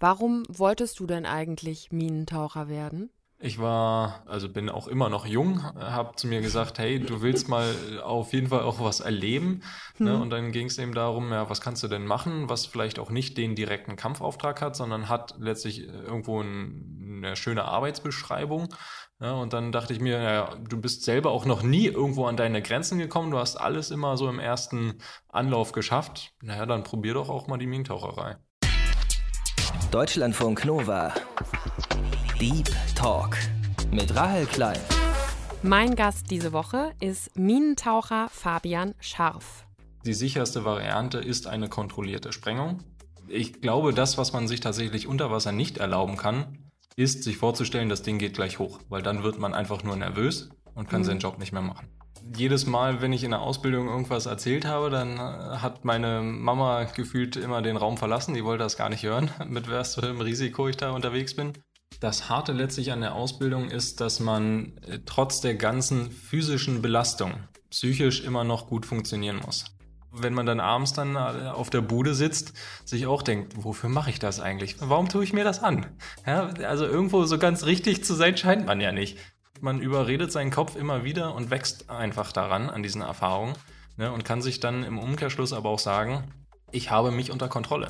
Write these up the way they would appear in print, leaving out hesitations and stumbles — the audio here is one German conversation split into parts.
Warum wolltest du denn eigentlich Minentaucher werden? Bin auch immer noch jung, habe zu mir gesagt, hey, du willst mal auf jeden Fall auch was erleben. Ne? Und dann ging es eben darum, ja, was kannst du denn machen, was vielleicht auch nicht den direkten Kampfauftrag hat, sondern hat letztlich irgendwo eine schöne Arbeitsbeschreibung. Ja, und dann dachte ich mir, ja, du bist selber auch noch nie irgendwo an deine Grenzen gekommen, du hast alles immer so im ersten Anlauf geschafft. Naja, dann probier doch auch mal die Minentaucherei. Deutschlandfunk Nova. Deep Talk mit Rahel Klein. Mein Gast diese Woche ist Minentaucher Fabian Scharf. Die sicherste Variante ist eine kontrollierte Sprengung. Ich glaube, das, was man sich tatsächlich unter Wasser nicht erlauben kann, ist, sich vorzustellen, das Ding geht gleich hoch. Weil dann wird man einfach nur nervös und kann seinen Job nicht mehr machen. Jedes Mal, wenn ich in der Ausbildung irgendwas erzählt habe, dann hat meine Mama gefühlt immer den Raum verlassen. Die wollte das gar nicht hören, mit was für einem Risiko ich da unterwegs bin. Das Harte letztlich an der Ausbildung ist, dass man trotz der ganzen physischen Belastung psychisch immer noch gut funktionieren muss. Wenn man dann abends dann auf der Bude sitzt, sich auch denkt, wofür mache ich das eigentlich? Warum tue ich mir das an? Ja, also irgendwo so ganz richtig zu sein scheint man ja nicht. Man überredet seinen Kopf immer wieder und wächst einfach daran, an diesen Erfahrungen, ne, und kann sich dann im Umkehrschluss aber auch sagen, ich habe mich unter Kontrolle.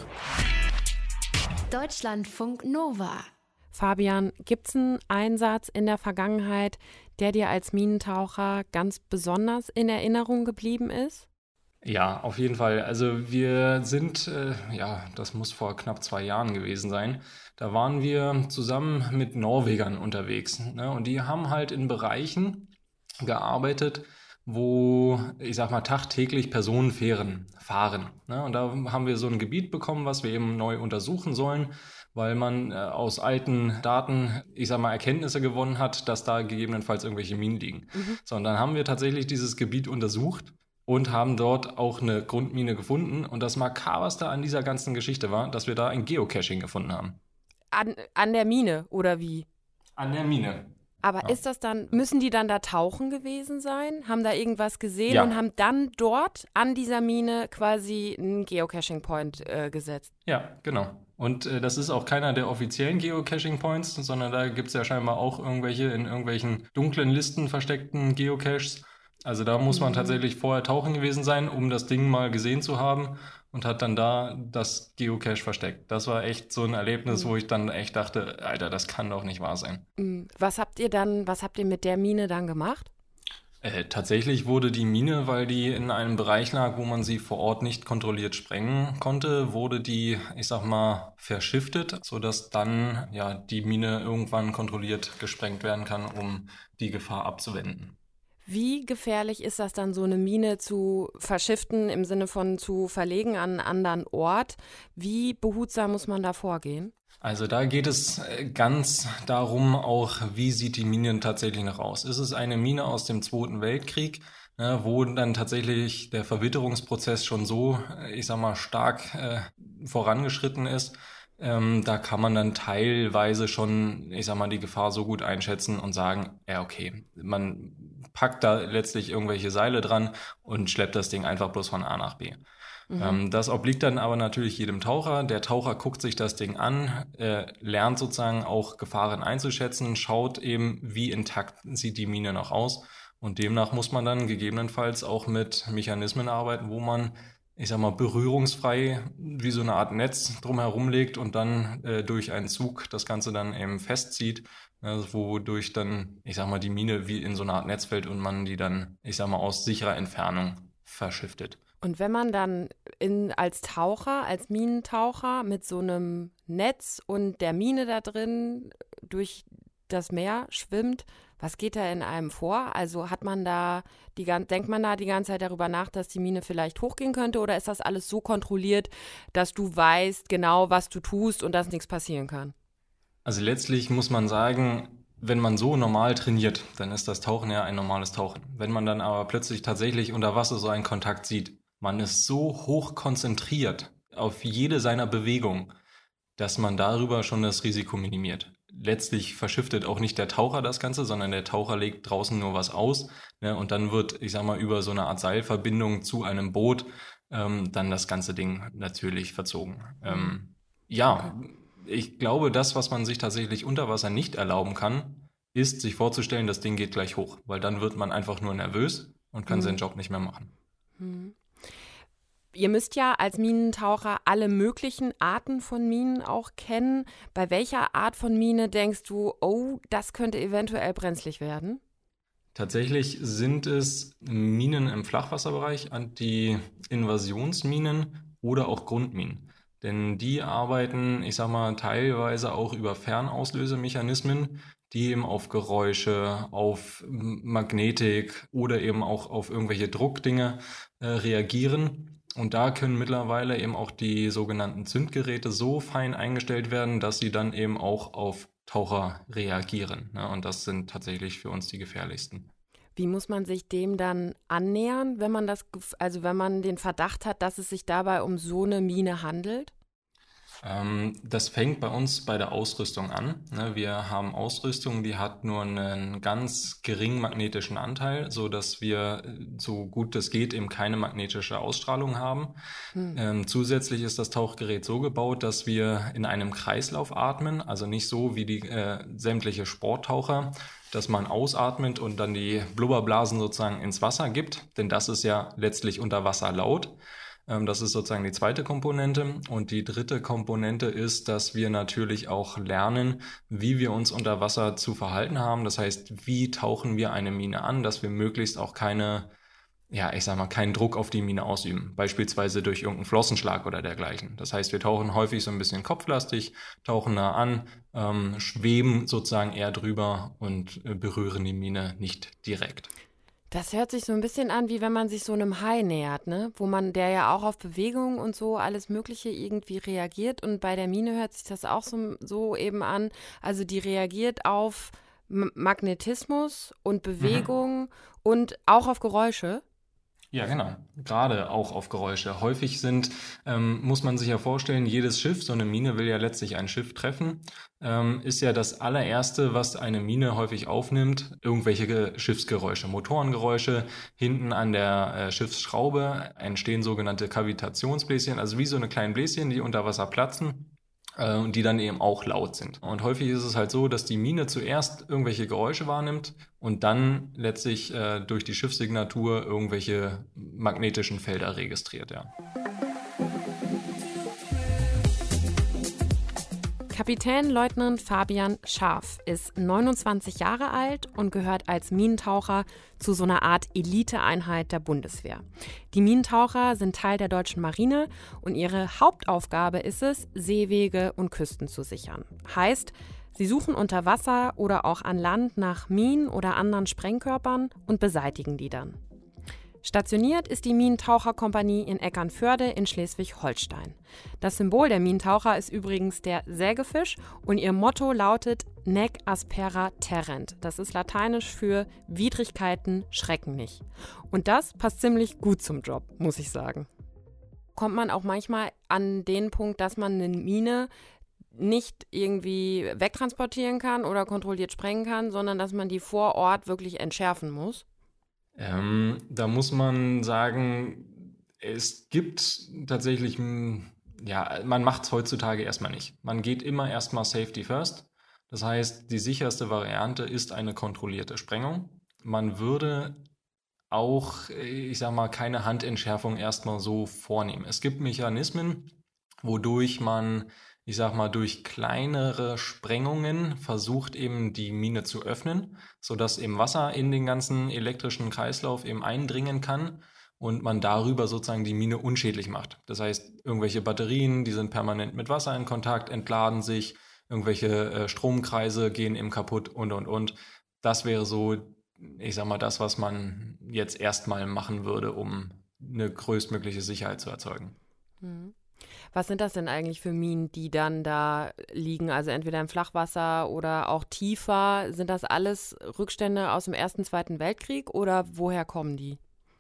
Deutschlandfunk Nova. Fabian, gibt es einen Einsatz in der Vergangenheit, der dir als Minentaucher ganz besonders in Erinnerung geblieben ist? Ja, auf jeden Fall. Also wir sind, das muss vor knapp 2 Jahren gewesen sein, da waren wir zusammen mit Norwegern unterwegs. Ne? Und die haben halt in Bereichen gearbeitet, wo, ich sag mal, tagtäglich Personenfähren fahren. Ne? Und da haben wir so ein Gebiet bekommen, was wir eben neu untersuchen sollen, weil man aus alten Daten, ich sag mal, Erkenntnisse gewonnen hat, dass da gegebenenfalls irgendwelche Minen liegen. So, und dann haben wir tatsächlich dieses Gebiet untersucht und haben dort auch eine Grundmine gefunden. Und das Makaberste an dieser ganzen Geschichte war, dass wir da ein Geocaching gefunden haben. An der Mine, oder wie? An der Mine. Aber ist das dann, müssen die dann da tauchen gewesen sein? Haben da irgendwas gesehen Ja. und haben dann dort an dieser Mine quasi einen Geocaching-Point gesetzt? Ja, genau. Und das ist auch keiner der offiziellen Geocaching-Points, sondern da gibt es ja scheinbar auch irgendwelche in irgendwelchen dunklen Listen versteckten Geocaches. Also da muss man tatsächlich vorher tauchen gewesen sein, um das Ding mal gesehen zu haben, und hat dann da das Geocache versteckt. Das war echt so ein Erlebnis, wo ich dann echt dachte, Alter, das kann doch nicht wahr sein. Was habt ihr mit der Mine dann gemacht? Tatsächlich wurde die Mine, weil die in einem Bereich lag, wo man sie vor Ort nicht kontrolliert sprengen konnte, wurde die, ich sag mal, verschiftet, sodass dann ja die Mine irgendwann kontrolliert gesprengt werden kann, um die Gefahr abzuwenden. Wie gefährlich ist das dann, so eine Mine zu verschiften, im Sinne von zu verlegen an einen anderen Ort? Wie behutsam muss man da vorgehen? Also da geht es ganz darum auch, wie sieht die Mine tatsächlich noch aus? Ist es eine Mine aus dem Zweiten Weltkrieg, wo dann tatsächlich der Verwitterungsprozess schon so, ich sag mal, stark vorangeschritten ist? Da kann man dann teilweise schon, ich sag mal, die Gefahr so gut einschätzen und sagen, ja okay, man packt da letztlich irgendwelche Seile dran und schleppt das Ding einfach bloß von A nach B. Das obliegt dann aber natürlich jedem Taucher. Der Taucher guckt sich das Ding an, lernt sozusagen auch Gefahren einzuschätzen, schaut eben, wie intakt sieht die Mine noch aus. Und demnach muss man dann gegebenenfalls auch mit Mechanismen arbeiten, wo man, ich sag mal, berührungsfrei wie so eine Art Netz drumherum legt und dann durch einen Zug das Ganze dann eben festzieht, wodurch dann, ich sag mal, die Mine wie in so eine Art Netz fällt und man die dann, ich sag mal, aus sicherer Entfernung verschiftet. Und wenn man dann als Taucher, als Minentaucher mit so einem Netz und der Mine da drin durch das Meer schwimmt, was geht da in einem vor? Also denkt man da die ganze Zeit darüber nach, dass die Mine vielleicht hochgehen könnte, oder ist das alles so kontrolliert, dass du weißt genau, was du tust und dass nichts passieren kann? Also letztlich muss man sagen, wenn man so normal trainiert, dann ist das Tauchen ja ein normales Tauchen. Wenn man dann aber plötzlich tatsächlich unter Wasser so einen Kontakt sieht, man ist so hoch konzentriert auf jede seiner Bewegungen, dass man darüber schon das Risiko minimiert. Letztlich verschiftet auch nicht der Taucher das Ganze, sondern der Taucher legt draußen nur was aus, ne, und dann wird, ich sag mal, über so eine Art Seilverbindung zu einem Boot dann das ganze Ding natürlich verzogen. Ich glaube, das, was man sich tatsächlich unter Wasser nicht erlauben kann, ist, sich vorzustellen, das Ding geht gleich hoch, weil dann wird man einfach nur nervös und kann seinen Job nicht mehr machen. Ihr müsst ja als Minentaucher alle möglichen Arten von Minen auch kennen. Bei welcher Art von Mine denkst du, oh, das könnte eventuell brenzlig werden? Tatsächlich sind es Minen im Flachwasserbereich, Anti-Invasionsminen oder auch Grundminen. Denn die arbeiten, ich sag mal, teilweise auch über Fernauslösemechanismen, die eben auf Geräusche, auf Magnetik oder eben auch auf irgendwelche Druckdinge reagieren. Und da können mittlerweile eben auch die sogenannten Zündgeräte so fein eingestellt werden, dass sie dann eben auch auf Taucher reagieren. Ne? Und das sind tatsächlich für uns die gefährlichsten. Wie muss man sich dem dann annähern, wenn man wenn man den Verdacht hat, dass es sich dabei um so eine Mine handelt? Das fängt bei uns bei der Ausrüstung an. Ne? Wir haben Ausrüstung, die hat nur einen ganz geringen magnetischen Anteil, so dass wir, so gut es geht, eben keine magnetische Ausstrahlung haben. Zusätzlich ist das Tauchgerät so gebaut, dass wir in einem Kreislauf atmen, also nicht so wie die sämtliche Sporttaucher, dass man ausatmet und dann die Blubberblasen sozusagen ins Wasser gibt, denn das ist ja letztlich unter Wasser laut. Das ist sozusagen die zweite Komponente. Und die dritte Komponente ist, dass wir natürlich auch lernen, wie wir uns unter Wasser zu verhalten haben. Das heißt, wie tauchen wir eine Mine an, dass wir möglichst auch keinen Druck auf die Mine ausüben. Beispielsweise durch irgendeinen Flossenschlag oder dergleichen. Das heißt, wir tauchen häufig so ein bisschen kopflastig, tauchen nah an, schweben sozusagen eher drüber und berühren die Mine nicht direkt. Das hört sich so ein bisschen an, wie wenn man sich so einem Hai nähert, ne? Der ja auch auf Bewegung und so alles Mögliche irgendwie reagiert. Und bei der Mine hört sich das auch so eben an. Also die reagiert auf Magnetismus und Bewegung und auch auf Geräusche. Ja, genau. Gerade auch auf Geräusche. Häufig muss man sich ja vorstellen, jedes Schiff, so eine Mine will ja letztlich ein Schiff treffen, ist ja das allererste, was eine Mine häufig aufnimmt, irgendwelche Schiffsgeräusche, Motorengeräusche. Hinten an der Schiffsschraube entstehen sogenannte Kavitationsbläschen, also wie so eine kleinen Bläschen, die unter Wasser platzen. Und die dann eben auch laut sind. Und häufig ist es halt so, dass die Mine zuerst irgendwelche Geräusche wahrnimmt und dann letztlich durch die Schiffssignatur irgendwelche magnetischen Felder registriert, ja. Kapitänleutnant Fabian Scharf ist 29 Jahre alt und gehört als Minentaucher zu so einer Art Eliteeinheit der Bundeswehr. Die Minentaucher sind Teil der deutschen Marine und ihre Hauptaufgabe ist es, Seewege und Küsten zu sichern. Heißt, sie suchen unter Wasser oder auch an Land nach Minen oder anderen Sprengkörpern und beseitigen die dann. Stationiert ist die Minentaucherkompanie in Eckernförde in Schleswig-Holstein. Das Symbol der Minentaucher ist übrigens der Sägefisch und ihr Motto lautet Nec aspera terrent. Das ist lateinisch für Widrigkeiten schrecken nicht. Und das passt ziemlich gut zum Job, muss ich sagen. Kommt man auch manchmal an den Punkt, dass man eine Mine nicht irgendwie wegtransportieren kann oder kontrolliert sprengen kann, sondern dass man die vor Ort wirklich entschärfen muss? Da muss man sagen, es gibt tatsächlich, man macht es heutzutage erstmal nicht. Man geht immer erstmal Safety First. Das heißt, die sicherste Variante ist eine kontrollierte Sprengung. Man würde auch, keine Handentschärfung erstmal so vornehmen. Es gibt Mechanismen, wodurch man, durch kleinere Sprengungen versucht eben die Mine zu öffnen, sodass eben Wasser in den ganzen elektrischen Kreislauf eben eindringen kann und man darüber sozusagen die Mine unschädlich macht. Das heißt, irgendwelche Batterien, die sind permanent mit Wasser in Kontakt, entladen sich, irgendwelche Stromkreise gehen eben kaputt und. Das wäre so, das, was man jetzt erstmal machen würde, um eine größtmögliche Sicherheit zu erzeugen. Mhm. Was sind das denn eigentlich für Minen, die dann da liegen? Also entweder im Flachwasser oder auch tiefer. Sind das alles Rückstände aus dem Ersten, Zweiten Weltkrieg oder woher kommen die?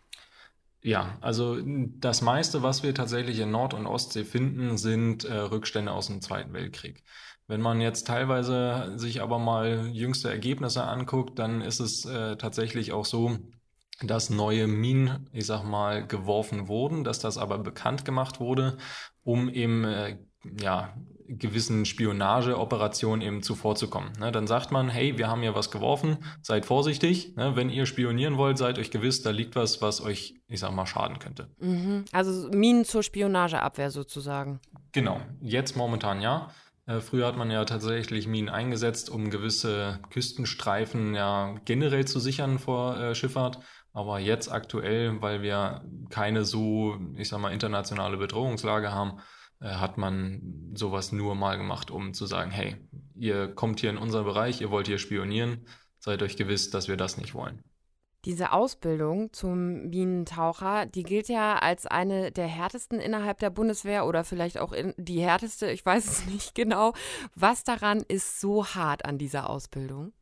Ja, also das meiste, was wir tatsächlich in Nord- und Ostsee finden, sind Rückstände aus dem Zweiten Weltkrieg. Wenn man jetzt teilweise sich aber mal jüngste Ergebnisse anguckt, dann ist es tatsächlich auch so, dass neue Minen, geworfen wurden, dass das aber bekannt gemacht wurde, um eben gewissen Spionageoperationen eben zuvorzukommen. Ne, dann sagt man, hey, wir haben hier was geworfen, seid vorsichtig. Ne, wenn ihr spionieren wollt, seid euch gewiss, da liegt was euch, ich sag mal, schaden könnte. Also Minen zur Spionageabwehr sozusagen. Genau, jetzt momentan ja. Früher hat man ja tatsächlich Minen eingesetzt, um gewisse Küstenstreifen ja generell zu sichern vor Schifffahrt. Aber jetzt aktuell, weil wir keine so, ich sag mal, internationale Bedrohungslage haben, hat man sowas nur mal gemacht, um zu sagen, hey, ihr kommt hier in unser Bereich, ihr wollt hier spionieren, seid euch gewiss, dass wir das nicht wollen. Diese Ausbildung zum Minentaucher, die gilt ja als eine der härtesten innerhalb der Bundeswehr oder vielleicht auch die härteste, ich weiß es nicht genau. Was daran ist so hart an dieser Ausbildung?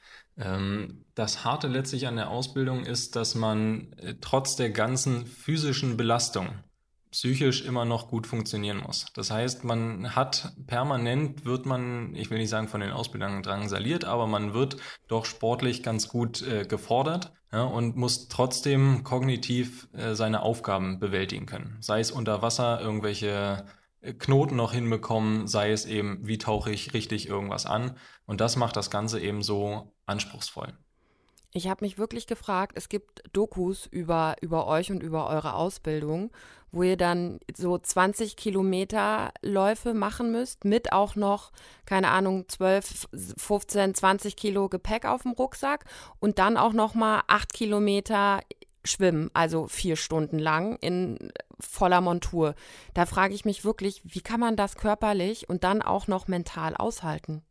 Das Harte letztlich an der Ausbildung ist, dass man trotz der ganzen physischen Belastung psychisch immer noch gut funktionieren muss. Das heißt, man hat permanent, wird man, ich will nicht sagen von den Ausbildern drangsaliert, aber man wird doch sportlich ganz gut gefordert, ja, und muss trotzdem kognitiv seine Aufgaben bewältigen können. Sei es unter Wasser irgendwelche Knoten noch hinbekommen, sei es eben, wie tauche ich richtig irgendwas an. Und das macht das Ganze eben so anspruchsvoll. Ich habe mich wirklich gefragt, es gibt Dokus über euch und über eure Ausbildung, wo ihr dann so 20 Kilometer Läufe machen müsst, mit auch noch, keine Ahnung, 12, 15, 20 Kilo Gepäck auf dem Rucksack und dann auch noch mal 8 Kilometer schwimmen, also 4 Stunden lang in voller Montur. Da frage ich mich wirklich, wie kann man das körperlich und dann auch noch mental aushalten?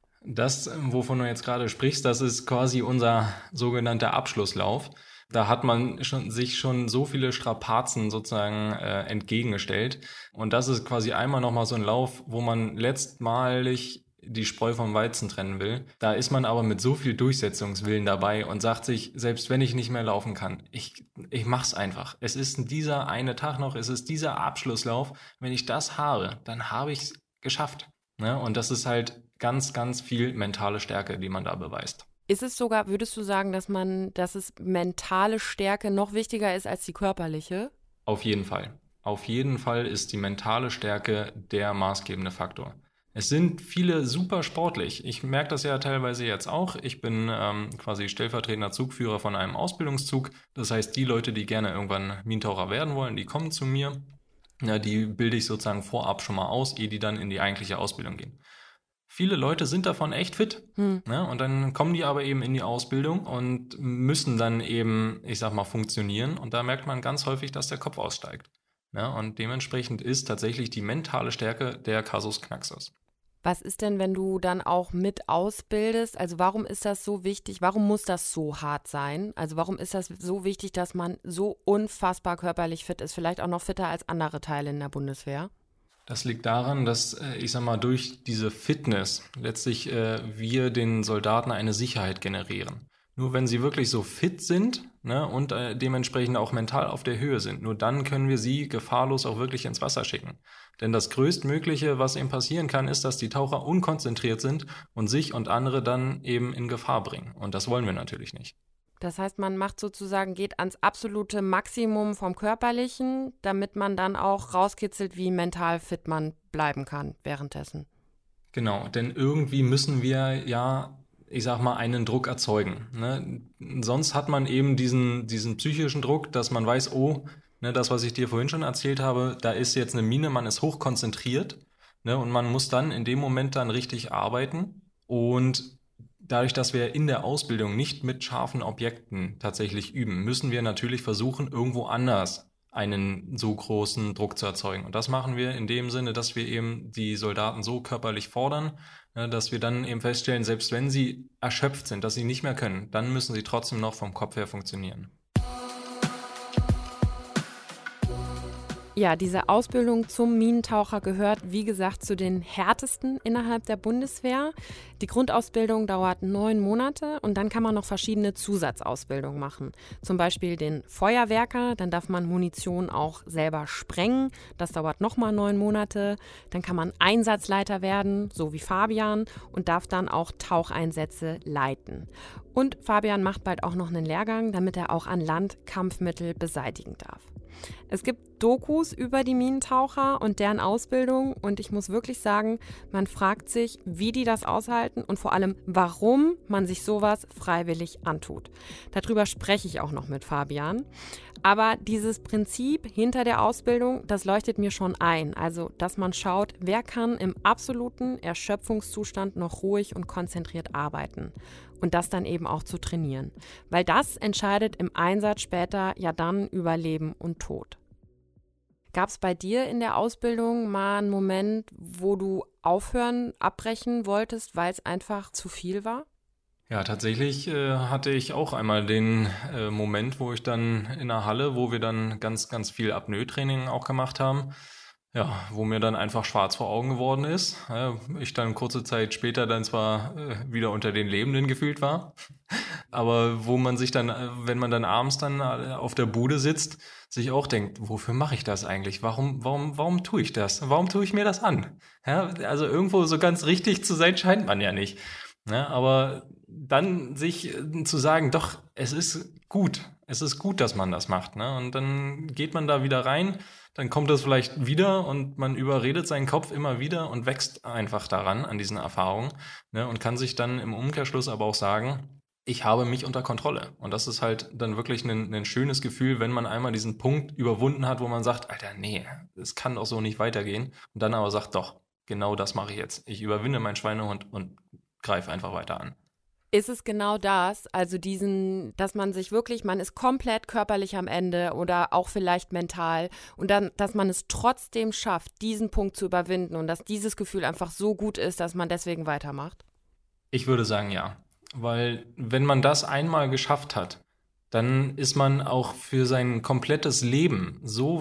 Das, wovon du jetzt gerade sprichst, das ist quasi unser sogenannter Abschlusslauf. Da hat man sich schon so viele Strapazen sozusagen entgegengestellt. Und das ist quasi einmal nochmal so ein Lauf, wo man letztmalig die Spreu vom Weizen trennen will. Da ist man aber mit so viel Durchsetzungswillen dabei und sagt sich, selbst wenn ich nicht mehr laufen kann, ich mach's einfach. Es ist dieser eine Tag noch, es ist dieser Abschlusslauf. Wenn ich das habe, dann habe ich's geschafft. Ne? Und das ist halt ganz, ganz viel mentale Stärke, die man da beweist. Ist es sogar, würdest du sagen, dass es mentale Stärke noch wichtiger ist als die körperliche? Auf jeden Fall. Auf jeden Fall ist die mentale Stärke der maßgebende Faktor. Es sind viele super sportlich. Ich merke das ja teilweise jetzt auch. Ich bin quasi stellvertretender Zugführer von einem Ausbildungszug. Das heißt, die Leute, die gerne irgendwann Minentaucher werden wollen, die kommen zu mir. Ja, die bilde ich sozusagen vorab schon mal aus, ehe die dann in die eigentliche Ausbildung gehen. Viele Leute sind davon echt fit, ne? Und dann kommen die aber eben in die Ausbildung und müssen dann eben, ich sag mal, funktionieren. Und da merkt man ganz häufig, dass der Kopf aussteigt. Ne? Und dementsprechend ist tatsächlich die mentale Stärke der Kasus Knaxus. Was ist denn, wenn du dann auch mit ausbildest? Also warum ist das so wichtig? Warum muss das so hart sein? Also warum ist das so wichtig, dass man so unfassbar körperlich fit ist? Vielleicht auch noch fitter als andere Teile in der Bundeswehr? Das liegt daran, dass, ich sag mal, durch diese Fitness letztlich wir den Soldaten eine Sicherheit generieren. Nur wenn sie wirklich so fit sind, ne, und dementsprechend auch mental auf der Höhe sind, nur dann können wir sie gefahrlos auch wirklich ins Wasser schicken. Denn das Größtmögliche, was eben passieren kann, ist, dass die Taucher unkonzentriert sind und sich und andere dann eben in Gefahr bringen. Und das wollen wir natürlich nicht. Das heißt, man macht sozusagen, geht ans absolute Maximum vom Körperlichen, damit man dann auch rauskitzelt, wie mental fit man bleiben kann währenddessen. Genau, denn irgendwie müssen wir ja, ich sag mal, einen Druck erzeugen. Ne? Sonst hat man eben diesen psychischen Druck, dass man weiß, oh, ne, das, was ich dir vorhin schon erzählt habe, da ist jetzt eine Mine, man ist hochkonzentriert, ne, und man muss dann in dem Moment dann richtig arbeiten. Und dadurch, dass wir in der Ausbildung nicht mit scharfen Objekten tatsächlich üben, müssen wir natürlich versuchen, irgendwo anders einen so großen Druck zu erzeugen. Und das machen wir in dem Sinne, dass wir eben die Soldaten so körperlich fordern, dass wir dann eben feststellen, selbst wenn sie erschöpft sind, dass sie nicht mehr können, dann müssen sie trotzdem noch vom Kopf her funktionieren. Ja, diese Ausbildung zum Minentaucher gehört, wie gesagt, zu den härtesten innerhalb der Bundeswehr. Die Grundausbildung dauert 9 Monate und dann kann man noch verschiedene Zusatzausbildungen machen. Zum Beispiel den Feuerwerker, dann darf man Munition auch selber sprengen. Das dauert nochmal 9 Monate. Dann kann man Einsatzleiter werden, so wie Fabian, und darf dann auch Taucheinsätze leiten. Und Fabian macht bald auch noch einen Lehrgang, damit er auch an Land Kampfmittel beseitigen darf. Es gibt Dokus über die Minentaucher und deren Ausbildung und ich muss wirklich sagen, man fragt sich, wie die das aushalten und vor allem, warum man sich sowas freiwillig antut. Darüber spreche ich auch noch mit Fabian. Aber dieses Prinzip hinter der Ausbildung, das leuchtet mir schon ein. Also, dass man schaut, wer kann im absoluten Erschöpfungszustand noch ruhig und konzentriert arbeiten. Und das dann eben auch zu trainieren. Weil das entscheidet im Einsatz später ja dann über Leben und Tod. Gab es bei dir in der Ausbildung mal einen Moment, wo du abbrechen wolltest, weil es einfach zu viel war? Ja, tatsächlich hatte ich auch einmal den Moment, wo ich dann in der Halle, wo wir dann ganz, ganz viel Apnoe-Training auch gemacht haben, ja, wo mir dann einfach schwarz vor Augen geworden ist. Ich dann kurze Zeit später dann zwar wieder unter den Lebenden gefühlt war, aber wo man sich dann, wenn man dann abends dann auf der Bude sitzt, sich auch denkt, wofür mache ich das eigentlich? Warum tue ich das? Warum tue ich mir das an? Ja, also irgendwo so ganz richtig zu sein scheint man ja nicht. Ja, aber dann sich zu sagen, doch, es ist gut, dass man das macht. Ne? Und dann geht man da wieder rein, dann kommt es vielleicht wieder und man überredet seinen Kopf immer wieder und wächst einfach daran, an diesen Erfahrungen, ne? Und kann sich dann im Umkehrschluss aber auch sagen, ich habe mich unter Kontrolle. Und das ist halt dann wirklich ein schönes Gefühl, wenn man einmal diesen Punkt überwunden hat, wo man sagt, Alter, nee, es kann doch so nicht weitergehen. Und dann aber sagt, doch, genau das mache ich jetzt. Ich überwinde meinen Schweinehund und greife einfach weiter an. Ist es genau das, also dass man sich wirklich, man ist komplett körperlich am Ende oder auch vielleicht mental und dann, dass man es trotzdem schafft, diesen Punkt zu überwinden und dass dieses Gefühl einfach so gut ist, dass man deswegen weitermacht? Ich würde sagen, ja. Weil wenn man das einmal geschafft hat, dann ist man auch für sein komplettes Leben so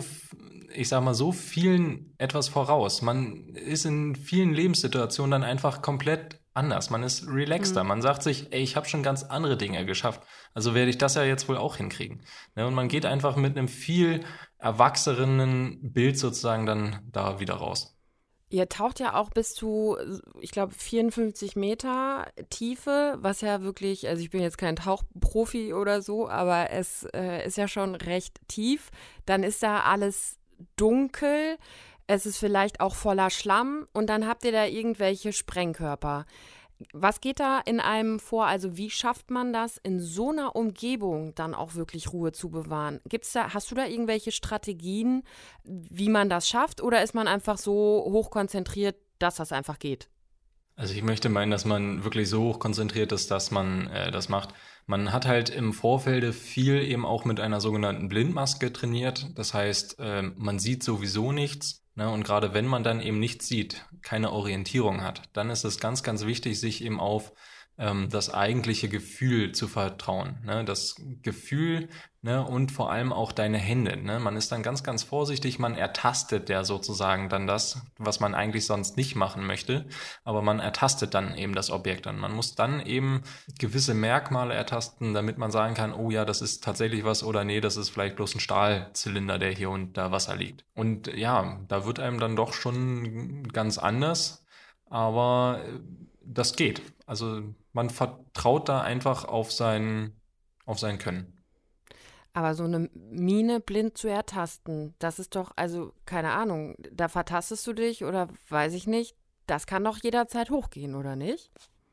vielen etwas voraus. Man ist in vielen Lebenssituationen dann einfach komplett anders. Man ist relaxter. Man sagt sich, ey, ich habe schon ganz andere Dinge geschafft. Also werde ich das ja jetzt wohl auch hinkriegen. Ne? Und man geht einfach mit einem viel erwachseneren Bild sozusagen dann da wieder raus. Ihr taucht ja auch bis zu, ich glaube, 54 Meter Tiefe, was ja wirklich, also ich bin jetzt kein Tauchprofi oder so, aber es ist ja schon recht tief. Dann ist da alles dunkel, es ist vielleicht auch voller Schlamm und dann habt ihr da irgendwelche Sprengkörper. Was geht da in einem vor? Also wie schafft man das, in so einer Umgebung dann auch wirklich Ruhe zu bewahren? Hast du da irgendwelche Strategien, wie man das schafft? Oder ist man einfach so hochkonzentriert, dass das einfach geht? Also ich möchte meinen, dass man wirklich so hochkonzentriert ist, dass man das macht. Man hat halt im Vorfeld viel eben auch mit einer sogenannten Blindmaske trainiert. Das heißt, man sieht sowieso nichts. Ne, und gerade wenn man dann eben nichts sieht, keine Orientierung hat, dann ist es ganz, ganz wichtig, sich eben auf das eigentliche Gefühl zu vertrauen. Ne? Das Gefühl, ne, und vor allem auch deine Hände. Ne? Man ist dann ganz, ganz vorsichtig, man ertastet ja sozusagen dann das, was man eigentlich sonst nicht machen möchte, aber man ertastet dann eben das Objekt. Und man muss dann eben gewisse Merkmale ertasten, damit man sagen kann, oh ja, das ist tatsächlich was oder nee, das ist vielleicht bloß ein Stahlzylinder, der hier unter Wasser liegt. Und ja, da wird einem dann doch schon ganz anders, aber das geht. Also man vertraut da einfach auf sein Können. Aber so eine Mine blind zu ertasten, das ist doch, also keine Ahnung, da vertastest du dich oder weiß ich nicht, das kann doch jederzeit hochgehen, oder nicht?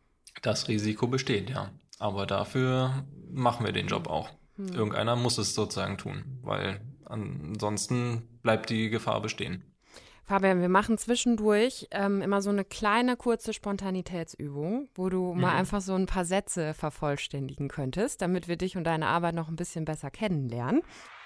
Das Risiko besteht, ja. Aber dafür machen wir den Job auch. Irgendeiner muss es sozusagen tun, weil ansonsten bleibt die Gefahr bestehen. Fabian, wir machen zwischendurch immer so eine kleine, kurze Spontanitätsübung, wo du mal einfach so ein paar Sätze vervollständigen könntest, damit wir dich und deine Arbeit noch ein bisschen besser kennenlernen.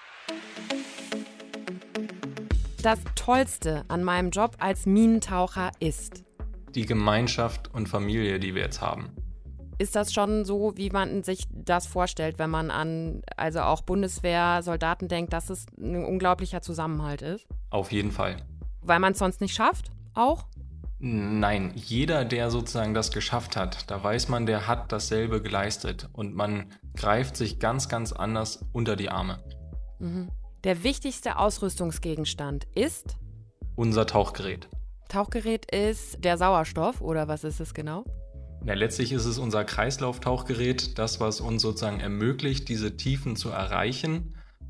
Das Tollste an meinem Job als Minentaucher ist? Die Gemeinschaft und Familie, die wir jetzt haben. Ist das schon so, wie man sich das vorstellt, wenn man an also auch Bundeswehr-Soldaten denkt, dass es ein unglaublicher Zusammenhalt ist? Auf jeden Fall. Weil man es sonst nicht schafft, auch? Nein, jeder, der sozusagen das geschafft hat, da weiß man, der hat dasselbe geleistet und man greift sich ganz, ganz anders unter die Arme. Der wichtigste Ausrüstungsgegenstand ist? Unser Tauchgerät. Tauchgerät ist der Sauerstoff oder was ist es genau? Ja, letztlich ist es unser Kreislauftauchgerät, das, was uns sozusagen ermöglicht, diese Tiefen zu erreichen.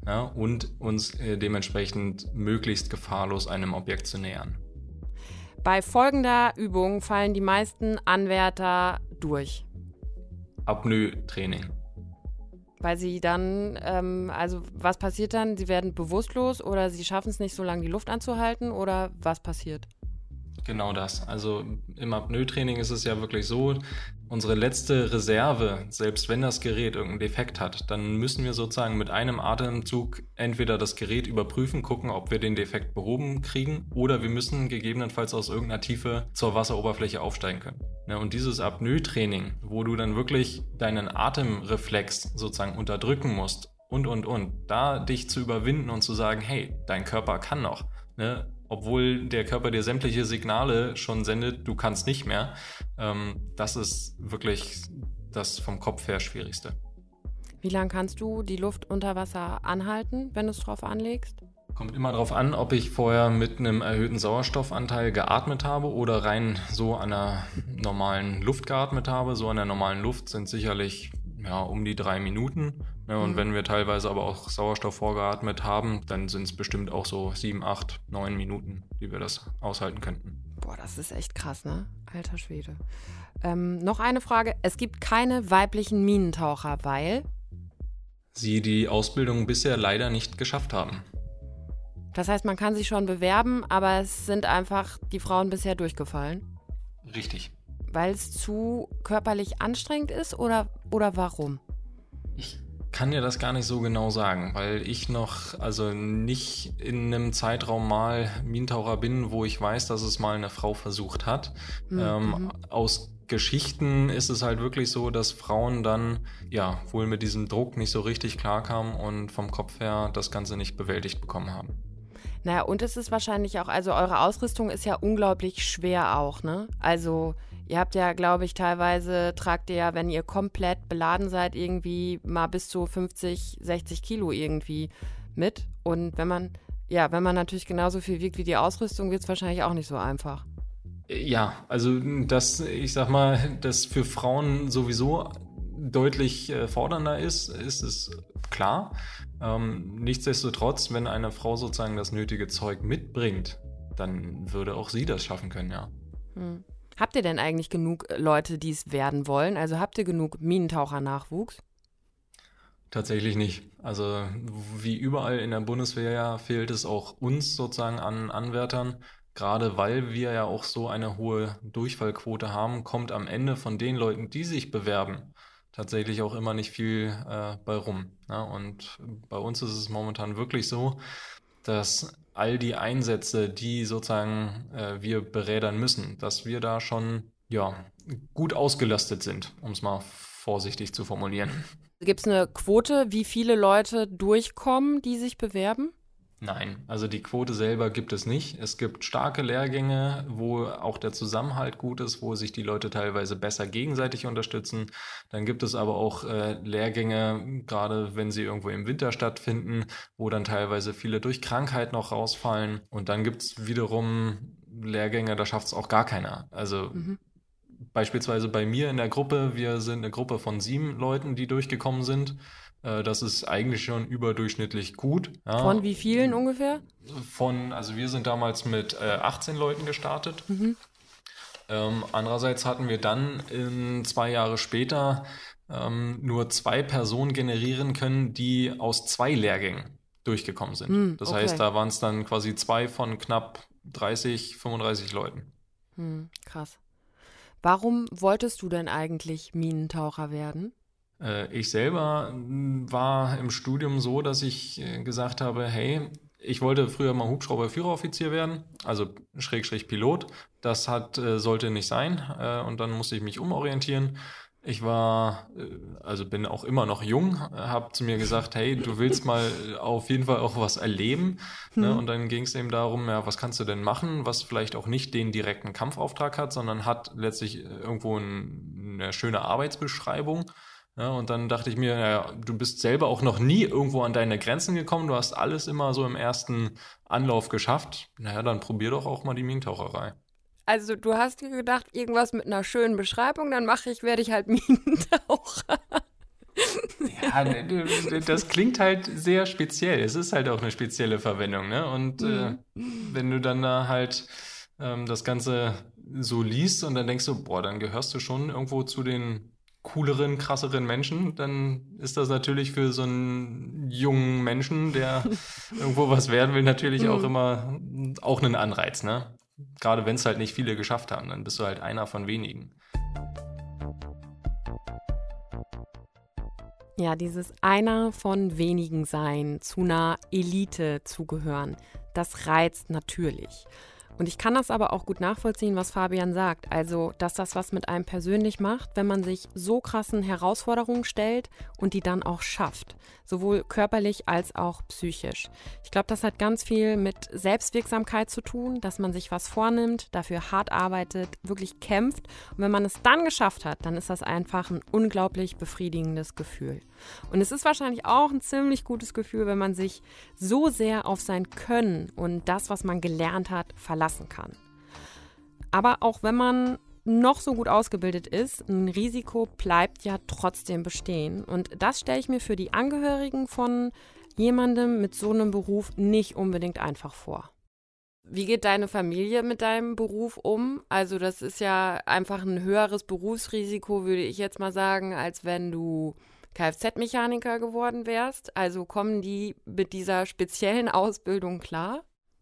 ja, und uns dementsprechend möglichst gefahrlos einem Objekt zu nähern. Bei folgender Übung fallen die meisten Anwärter durch. Apnoe-Training. Weil sie dann, also was passiert dann? Sie werden bewusstlos oder sie schaffen es nicht so lange die Luft anzuhalten oder was passiert? Genau das. Also im Apnoe-Training ist es ja wirklich so, unsere letzte Reserve, selbst wenn das Gerät irgendeinen Defekt hat, dann müssen wir sozusagen mit einem Atemzug entweder das Gerät überprüfen, gucken, ob wir den Defekt behoben kriegen, oder wir müssen gegebenenfalls aus irgendeiner Tiefe zur Wasseroberfläche aufsteigen können. Und dieses Apnoe-Training, wo du dann wirklich deinen Atemreflex sozusagen unterdrücken musst und, da dich zu überwinden und zu sagen, hey, dein Körper kann noch, ne? Obwohl der Körper dir sämtliche Signale schon sendet, du kannst nicht mehr. Das ist wirklich das vom Kopf her Schwierigste. Wie lange kannst du die Luft unter Wasser anhalten, wenn du es drauf anlegst? Kommt immer darauf an, ob ich vorher mit einem erhöhten Sauerstoffanteil geatmet habe oder rein so an der normalen Luft geatmet habe. So an der normalen Luft sind sicherlich um die 3 Minuten. Und wenn wir teilweise aber auch Sauerstoff vorgeatmet haben, dann sind es bestimmt auch so 7, 8, 9 Minuten, die wir das aushalten könnten. Boah, das ist echt krass, ne? Alter Schwede. Noch eine Frage. Es gibt keine weiblichen Minentaucher, weil sie die Ausbildung bisher leider nicht geschafft haben. Das heißt, man kann sich schon bewerben, aber es sind einfach die Frauen bisher durchgefallen? Richtig. Weil es zu körperlich anstrengend ist oder warum? Ich kann dir das gar nicht so genau sagen, weil ich noch nicht in einem Zeitraum mal Minentaucher bin, wo ich weiß, dass es mal eine Frau versucht hat. Aus Geschichten ist es halt wirklich so, dass Frauen dann wohl mit diesem Druck nicht so richtig klarkamen und vom Kopf her das Ganze nicht bewältigt bekommen haben. Naja, und es ist wahrscheinlich auch, also eure Ausrüstung ist ja unglaublich schwer auch, ne? Also ihr habt ja, glaube ich, teilweise tragt ihr ja, wenn ihr komplett beladen seid, irgendwie mal bis zu 50, 60 Kilo irgendwie mit. Und wenn man natürlich genauso viel wiegt wie die Ausrüstung, wird es wahrscheinlich auch nicht so einfach. Ja, also das für Frauen sowieso deutlich fordernder ist es klar. Nichtsdestotrotz, wenn eine Frau sozusagen das nötige Zeug mitbringt, dann würde auch sie das schaffen können, ja. Habt ihr denn eigentlich genug Leute, die es werden wollen? Also habt ihr genug Minentaucher-Nachwuchs? Tatsächlich nicht. Also wie überall in der Bundeswehr fehlt es auch uns sozusagen an Anwärtern. Gerade weil wir ja auch so eine hohe Durchfallquote haben, kommt am Ende von den Leuten, die sich bewerben, tatsächlich auch immer nicht viel bei rum. Ja, und bei uns ist es momentan wirklich so, dass all die Einsätze, die sozusagen wir berädern müssen, dass wir da schon gut ausgelastet sind, um es mal vorsichtig zu formulieren. Gibt es eine Quote, wie viele Leute durchkommen, die sich bewerben? Nein, also die Quote selber gibt es nicht. Es gibt starke Lehrgänge, wo auch der Zusammenhalt gut ist, wo sich die Leute teilweise besser gegenseitig unterstützen. Dann gibt es aber auch Lehrgänge, gerade wenn sie irgendwo im Winter stattfinden, wo dann teilweise viele durch Krankheit noch rausfallen. Und dann gibt es wiederum Lehrgänge, da schafft es auch gar keiner. Also beispielsweise bei mir in der Gruppe, wir sind eine Gruppe von 7 Leuten, die durchgekommen sind. Das ist eigentlich schon überdurchschnittlich gut. Ja. Von wie vielen ungefähr? Also wir sind damals mit 18 Leuten gestartet. Andererseits hatten wir dann 2 Jahre später nur 2 Personen generieren können, die aus 2 Lehrgängen durchgekommen sind. Das heißt, da waren es dann quasi 2 von knapp 30, 35 Leuten. Krass. Warum wolltest du denn eigentlich Minentaucher werden? Ich selber war im Studium so, dass ich gesagt habe, hey, ich wollte früher mal Hubschrauberführeroffizier werden, also / Pilot. Das sollte nicht sein und dann musste ich mich umorientieren. Ich bin auch immer noch jung, habe zu mir gesagt, hey, du willst mal auf jeden Fall auch was erleben. Ne? Und dann ging es eben darum, was kannst du denn machen, was vielleicht auch nicht den direkten Kampfauftrag hat, sondern hat letztlich irgendwo eine schöne Arbeitsbeschreibung. Ja, und dann dachte ich mir, du bist selber auch noch nie irgendwo an deine Grenzen gekommen, du hast alles immer so im ersten Anlauf geschafft. Dann probier doch auch mal die Minentaucherei. Also du hast dir gedacht, irgendwas mit einer schönen Beschreibung, dann werde ich halt Minentaucher. Ja, das klingt halt sehr speziell. Es ist halt auch eine spezielle Verwendung, ne? Und wenn du dann da halt das Ganze so liest und dann denkst du, boah, dann gehörst du schon irgendwo zu den cooleren, krasseren Menschen, dann ist das natürlich für so einen jungen Menschen, der irgendwo was werden will, natürlich auch immer auch ein Anreiz, ne? Gerade wenn es halt nicht viele geschafft haben, dann bist du halt einer von wenigen. Ja, dieses einer von wenigen sein, zu einer Elite zugehören, das reizt natürlich. Und ich kann das aber auch gut nachvollziehen, was Fabian sagt. Also, dass das was mit einem persönlich macht, wenn man sich so krassen Herausforderungen stellt und die dann auch schafft. Sowohl körperlich als auch psychisch. Ich glaube, das hat ganz viel mit Selbstwirksamkeit zu tun, dass man sich was vornimmt, dafür hart arbeitet, wirklich kämpft. Und wenn man es dann geschafft hat, dann ist das einfach ein unglaublich befriedigendes Gefühl. Und es ist wahrscheinlich auch ein ziemlich gutes Gefühl, wenn man sich so sehr auf sein Können und das, was man gelernt hat, verlassen kann. Aber auch wenn man noch so gut ausgebildet ist, ein Risiko bleibt ja trotzdem bestehen. Und das stelle ich mir für die Angehörigen von jemandem mit so einem Beruf nicht unbedingt einfach vor. Wie geht deine Familie mit deinem Beruf um? Also das ist ja einfach ein höheres Berufsrisiko, würde ich jetzt mal sagen, als wenn du Kfz-Mechaniker geworden wärst. Also kommen die mit dieser speziellen Ausbildung klar?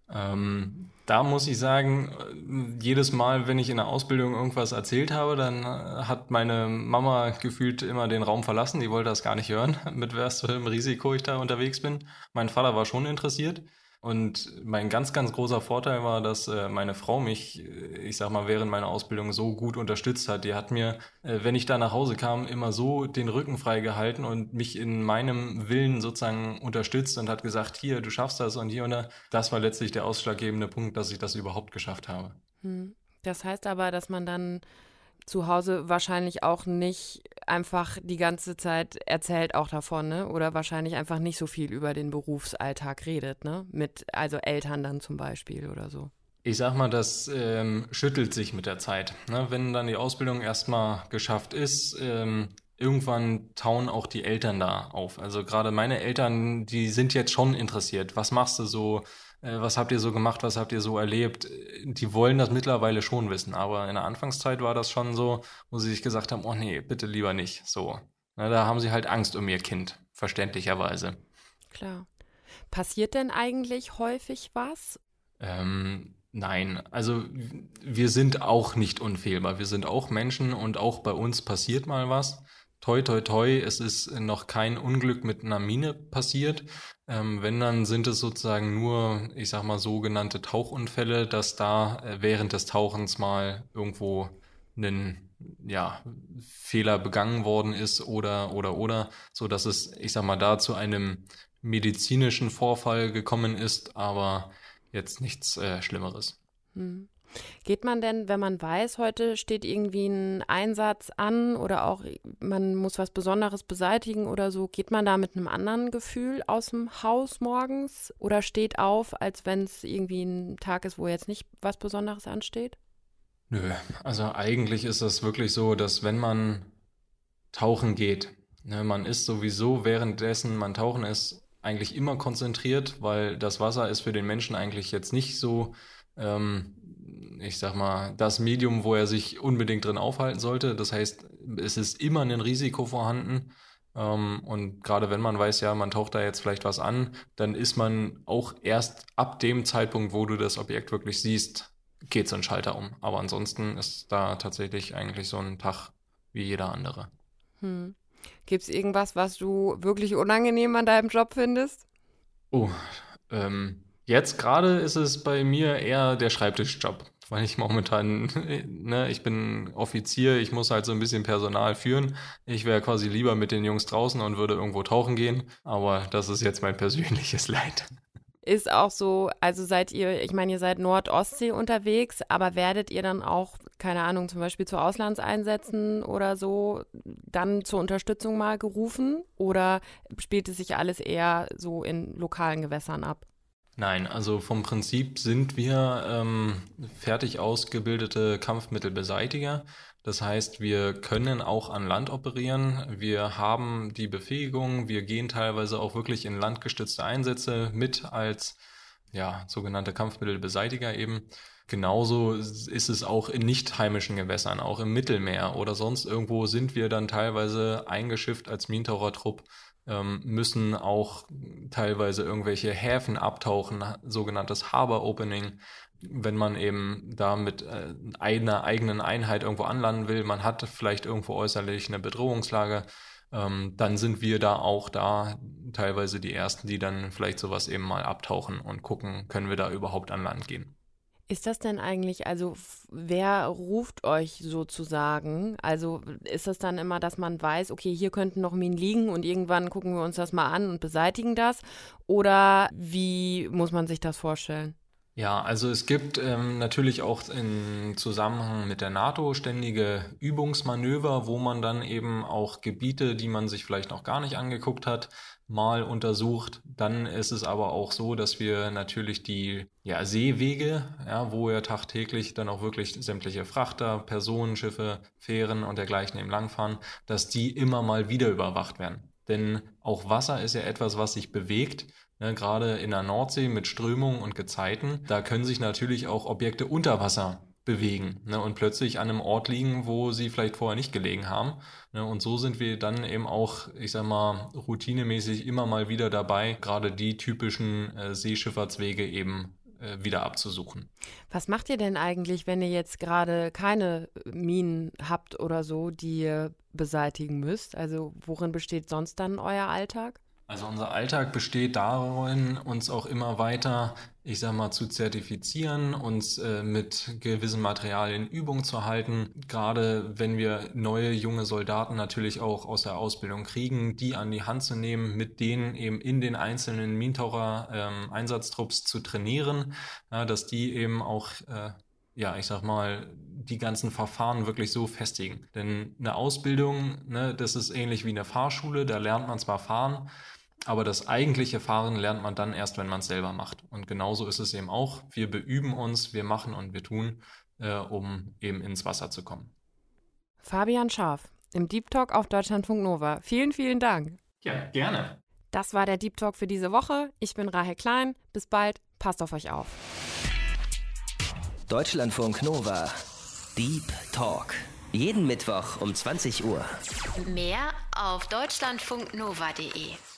Da muss ich sagen, jedes Mal, wenn ich in der Ausbildung irgendwas erzählt habe, dann hat meine Mama gefühlt immer den Raum verlassen. Die wollte das gar nicht hören, mit was für einem Risiko ich da unterwegs bin. Mein Vater war schon interessiert. Und mein ganz, ganz großer Vorteil war, dass meine Frau mich, ich sag mal, während meiner Ausbildung so gut unterstützt hat. Die hat mir, wenn ich da nach Hause kam, immer so den Rücken frei gehalten und mich in meinem Willen sozusagen unterstützt und hat gesagt, hier, du schaffst das und hier und da. Das war letztlich der ausschlaggebende Punkt, dass ich das überhaupt geschafft habe. Das heißt aber, dass man dann zu Hause wahrscheinlich auch nicht einfach die ganze Zeit erzählt auch davon, ne? Oder wahrscheinlich einfach nicht so viel über den Berufsalltag redet, ne? Also Eltern dann zum Beispiel oder so. Ich sag mal, das schüttelt sich mit der Zeit. Ne? Wenn dann die Ausbildung erstmal geschafft ist, irgendwann tauen auch die Eltern da auf. Also gerade meine Eltern, die sind jetzt schon interessiert. Was machst du so? Was habt ihr so gemacht? Was habt ihr so erlebt? Die wollen das mittlerweile schon wissen. Aber in der Anfangszeit war das schon so, wo sie sich gesagt haben, oh nee, bitte lieber nicht. So. Na, da haben sie halt Angst um ihr Kind, verständlicherweise. Klar. Passiert denn eigentlich häufig was? Nein, also wir sind auch nicht unfehlbar. Wir sind auch Menschen und auch bei uns passiert mal was. Toi, toi, toi, es ist noch kein Unglück mit einer Mine passiert. Wenn, dann sind es sozusagen nur, ich sag mal, sogenannte Tauchunfälle, dass da während des Tauchens mal irgendwo ein Fehler begangen worden ist oder, so dass es, ich sag mal, da zu einem medizinischen Vorfall gekommen ist, aber jetzt nichts Schlimmeres. Geht man denn, wenn man weiß, heute steht irgendwie ein Einsatz an oder auch man muss was Besonderes beseitigen oder so, geht man da mit einem anderen Gefühl aus dem Haus morgens oder steht auf, als wenn es irgendwie ein Tag ist, wo jetzt nicht was Besonderes ansteht? Nö, also eigentlich ist das wirklich so, dass wenn man tauchen geht, ne, man ist sowieso währenddessen man tauchen ist, eigentlich immer konzentriert, weil das Wasser ist für den Menschen eigentlich jetzt nicht so ich sag mal, das Medium, wo er sich unbedingt drin aufhalten sollte. Das heißt, es ist immer ein Risiko vorhanden. Und gerade wenn man weiß, ja, man taucht da jetzt vielleicht was an, dann ist man auch erst ab dem Zeitpunkt, wo du das Objekt wirklich siehst, geht so ein Schalter um. Aber ansonsten ist da tatsächlich eigentlich so ein Tag wie jeder andere. Gibt es irgendwas, was du wirklich unangenehm an deinem Job findest? Oh, jetzt gerade ist es bei mir eher der Schreibtischjob, weil ich momentan, ne, ich bin Offizier, ich muss halt so ein bisschen Personal führen. Ich wäre quasi lieber mit den Jungs draußen und würde irgendwo tauchen gehen, aber das ist jetzt mein persönliches Leid. Ist auch so, also seid ihr, ich meine, ihr seid Nord-Ostsee unterwegs, aber werdet ihr dann auch, keine Ahnung, zum Beispiel zu Auslandseinsätzen oder so, dann zur Unterstützung mal gerufen oder spielt es sich alles eher so in lokalen Gewässern ab? Nein, also vom Prinzip sind wir fertig ausgebildete Kampfmittelbeseitiger. Das heißt, wir können auch an Land operieren. Wir haben die Befähigung. Wir gehen teilweise auch wirklich in landgestützte Einsätze mit als sogenannte Kampfmittelbeseitiger eben. Genauso ist es auch in nicht heimischen Gewässern, auch im Mittelmeer oder sonst irgendwo sind wir dann teilweise eingeschifft als Minentauchertrupp, müssen auch teilweise irgendwelche Häfen abtauchen, sogenanntes Harbor Opening. Wenn man eben da mit einer eigenen Einheit irgendwo anlanden will, man hat vielleicht irgendwo äußerlich eine Bedrohungslage, dann sind wir da teilweise die Ersten, die dann vielleicht sowas eben mal abtauchen und gucken, können wir da überhaupt an Land gehen. Ist das denn eigentlich, also wer ruft euch sozusagen? Also ist das dann immer, dass man weiß, okay, hier könnten noch Minen liegen und irgendwann gucken wir uns das mal an und beseitigen das? Oder wie muss man sich das vorstellen? Ja, also es gibt natürlich auch im Zusammenhang mit der NATO ständige Übungsmanöver, wo man dann eben auch Gebiete, die man sich vielleicht noch gar nicht angeguckt hat, mal untersucht. Dann ist es aber auch so, dass wir natürlich die Seewege, wo ja tagtäglich dann auch wirklich sämtliche Frachter, Personenschiffe, Fähren und dergleichen eben langfahren, dass die immer mal wieder überwacht werden. Denn auch Wasser ist ja etwas, was sich bewegt. Gerade in der Nordsee mit Strömungen und Gezeiten, da können sich natürlich auch Objekte unter Wasser bewegen und plötzlich an einem Ort liegen, wo sie vielleicht vorher nicht gelegen haben. Und so sind wir dann eben auch, routinemäßig immer mal wieder dabei, gerade die typischen Seeschifffahrtswege eben wieder abzusuchen. Was macht ihr denn eigentlich, wenn ihr jetzt gerade keine Minen habt oder so, die ihr beseitigen müsst? Also worin besteht sonst dann euer Alltag? Also unser Alltag besteht darin, uns auch immer weiter, zu zertifizieren, uns mit gewissen Materialien in Übung zu halten. Gerade wenn wir neue, junge Soldaten natürlich auch aus der Ausbildung kriegen, die an die Hand zu nehmen, mit denen eben in den einzelnen Minentaucher-Einsatztrupps zu trainieren, dass die eben auch die ganzen Verfahren wirklich so festigen. Denn eine Ausbildung, das ist ähnlich wie eine Fahrschule, da lernt man zwar fahren, aber das eigentliche Fahren lernt man dann erst, wenn man es selber macht. Und genauso ist es eben auch. Wir beüben uns, wir machen und wir tun, um eben ins Wasser zu kommen. Fabian Scharf im Deep Talk auf Deutschlandfunk Nova. Vielen, vielen Dank. Ja, gerne. Das war der Deep Talk für diese Woche. Ich bin Rahel Klein. Bis bald. Passt auf euch auf. Deutschlandfunk Nova. Deep Talk. Jeden Mittwoch um 20 Uhr. Mehr auf deutschlandfunknova.de.